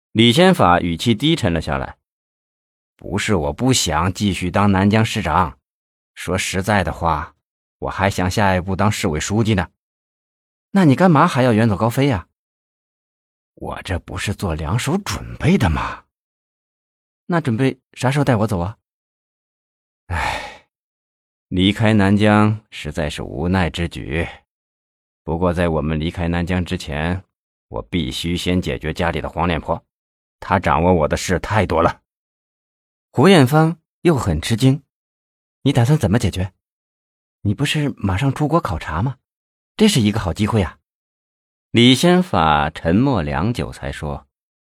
李先法语气低沉了下来。不是我不想继续当南江市长，说实在的话，我还想下一步当市委书记呢。那你干嘛还要远走高飞呀？我这不是做两手准备的吗？那准备啥时候带我走啊？离开南江实在是无奈之举。不过在我们离开南江之前，我必须先解决家里的黄脸婆，她掌握我的事太多了。胡艳芳又很吃惊，你打算怎么解决？你不是马上出国考察吗？这是一个好机会啊。李先法沉默良久才说，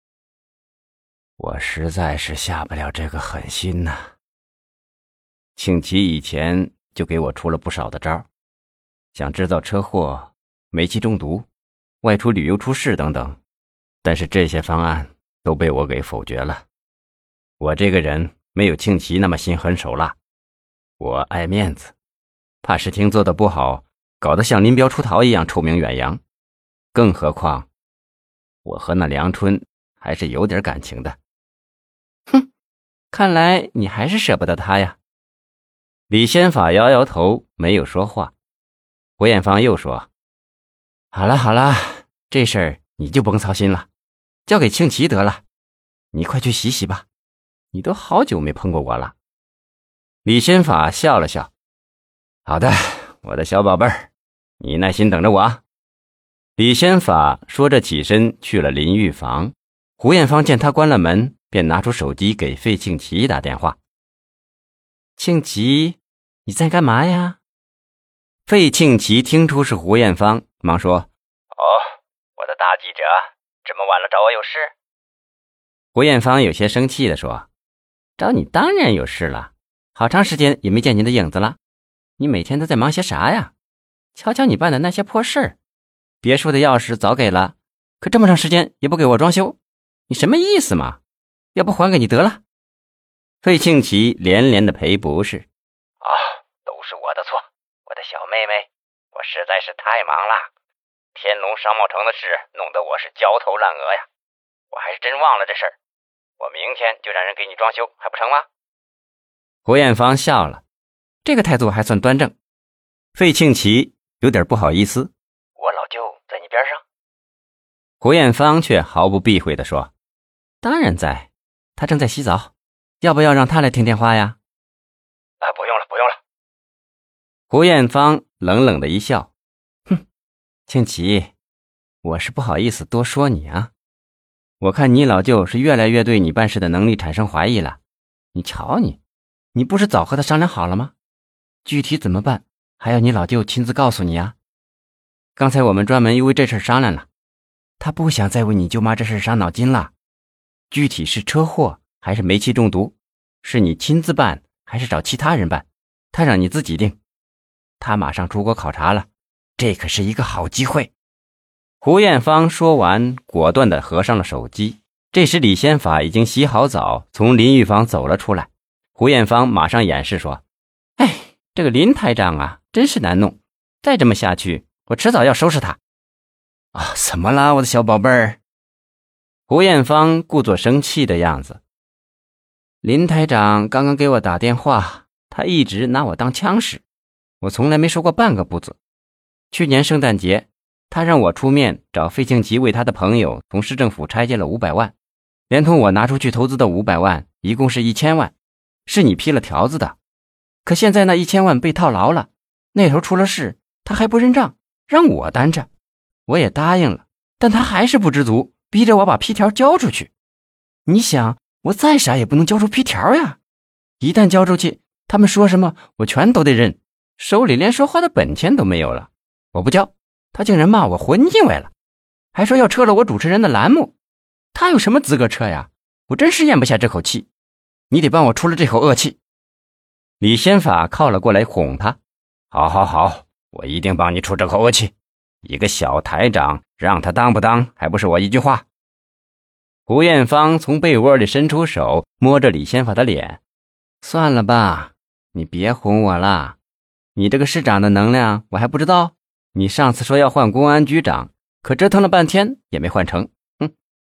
我实在是下不了这个狠心呐。庆琪以前就给我出了不少的招，想制造车祸、煤气中毒、外出旅游出事等等，但是这些方案都被我给否决了。我这个人没有庆琪那么心狠手辣，我爱面子，怕事情做得不好，搞得像林彪出逃一样臭名远扬。更何况我和那梁春还是有点感情的。哼，看来你还是舍不得他呀。李先法摇摇头，没有说话。胡艳芳又说，好了好了，这事儿你就甭操心了，交给庆琪得了，你快去洗洗吧，你都好久没碰过我了。李先法笑了笑，好的，我的小宝贝儿，你耐心等着我啊。李先法说着起身去了淋浴房。胡艳芳见他关了门，便拿出手机给费庆琪打电话。庆琪，你在干嘛呀？费庆琪听出是胡艳芳，忙说， 我的大记者，这么晚了找我有事？ 胡艳芳有些生气地说，找你当然有事了，好长时间也没见你的影子了，你每天都在忙些啥呀？瞧瞧你办的那些破事儿，别墅的钥匙早给了，可这么长时间也不给我装修，你什么意思嘛？要不还给你得了。费庆琪连连的赔不是， 都是我的错，我的小妹妹，我实在是太忙了，天龙商贸城的事弄得我是焦头烂额呀，我还是真忘了这事儿，我明天就让人给你装修，还不成吗？ 胡艳芳笑了，这个态度还算端正。费庆琪有点不好意思， 我老舅在你边上？ 胡艳芳却毫不避讳地说，当然在，他正在洗澡，要不要让他来听电话呀？ 不用了不用了。 胡艳芳冷冷的一笑，哼，庆琪，我是不好意思多说你啊，我看你老舅是越来越对你办事的能力产生怀疑了，你瞧你不是早和他商量好了吗？具体怎么办还要你老舅亲自告诉你啊。刚才我们专门又为这事商量了，他不想再为你舅妈这事伤脑筋了，具体是车祸还是煤气中毒，是你亲自办还是找其他人办，他让你自己定。他马上出国考察了，这可是一个好机会。胡艳芳说完，果断地合上了手机。这时李先法已经洗好澡，从淋浴房走了出来。胡艳芳马上掩饰说，这个林台长啊，真是难弄，再这么下去，我迟早要收拾他。怎么啦，我的小宝贝儿？胡艳芳故作生气的样子。林台长刚刚给我打电话，他一直拿我当枪使，我从来没说过半个不字。去年圣诞节，他让我出面找费庆琪为他的朋友从市政府拆借了500万，连同我拿出去投资的500万，一共是1000万，是你批了条子的。可现在那1000万被套牢了，那头出了事，他还不认账，让我担着。我也答应了，但他还是不知足，逼着我把批条交出去。你想，我再傻也不能交出批条呀，一旦交出去，他们说什么我全都得认，手里连说话的本钱都没有了。我不交，他竟然骂我混进来了，还说要撤了我主持人的栏目。他有什么资格撤呀？我真是咽不下这口气，你得帮我出了这口恶气。李先法靠了过来哄他，好，我一定帮你出这口恶气，一个小台长让他当不当还不是我一句话。胡艳芳从被窝里伸出手摸着李先法的脸，算了吧，你别哄我了，你这个市长的能量我还不知道，你上次说要换公安局长，可折腾了半天也没换成。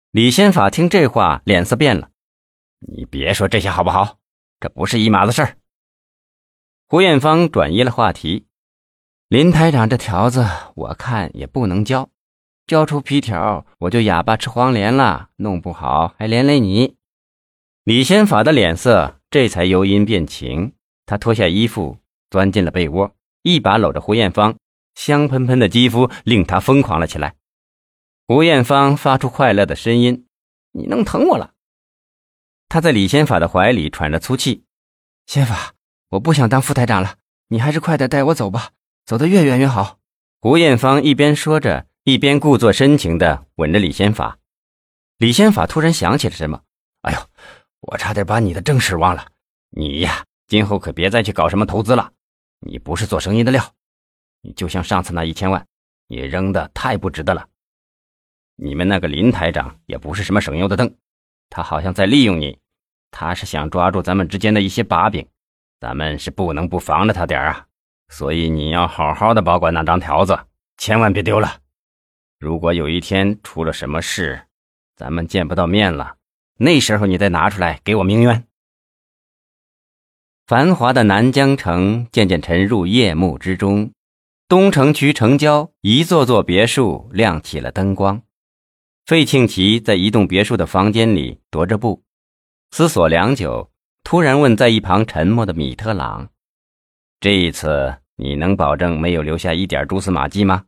李先法听这话，脸色变了。 你别说这些好不好？这不是一码子事儿。 胡艳芳转移了话题。林台长这条子我看也不能交，交出皮条我就哑巴吃黄连了，弄不好还连累你。李先法的脸色这才由阴变晴，他脱下衣服钻进了被窝，一把搂着胡艳芳，香喷喷的肌肤令他疯狂了起来。胡艳芳发出快乐的呻吟，你能疼我了。他在李先法的怀里喘着粗气，先法，我不想当副台长了，你还是快点带我走吧，走得越远越好。胡艳芳一边说着，一边故作深情地吻着李先法。李先法突然想起了什么， 哎呦，我差点把你的正事忘了。你呀，今后可别再去搞什么投资了，你不是做生意的料。你就像上次那1000万，你扔的太不值得了。你们那个林台长也不是什么省油的灯，他好像在利用你，他是想抓住咱们之间的一些把柄，咱们是不能不防着他点啊。所以你要好好的保管那张条子，千万别丢了。如果有一天出了什么事，咱们见不到面了，那时候你再拿出来给我鸣冤。 繁华的南江城渐渐沉入夜幕之中，东城区城郊一座座别墅亮起了灯光。费庆奇在一栋别墅的房间里踱着步，思索良久，突然问在一旁沉默的米特朗，这一次你能保证没有留下一点蛛丝马迹吗？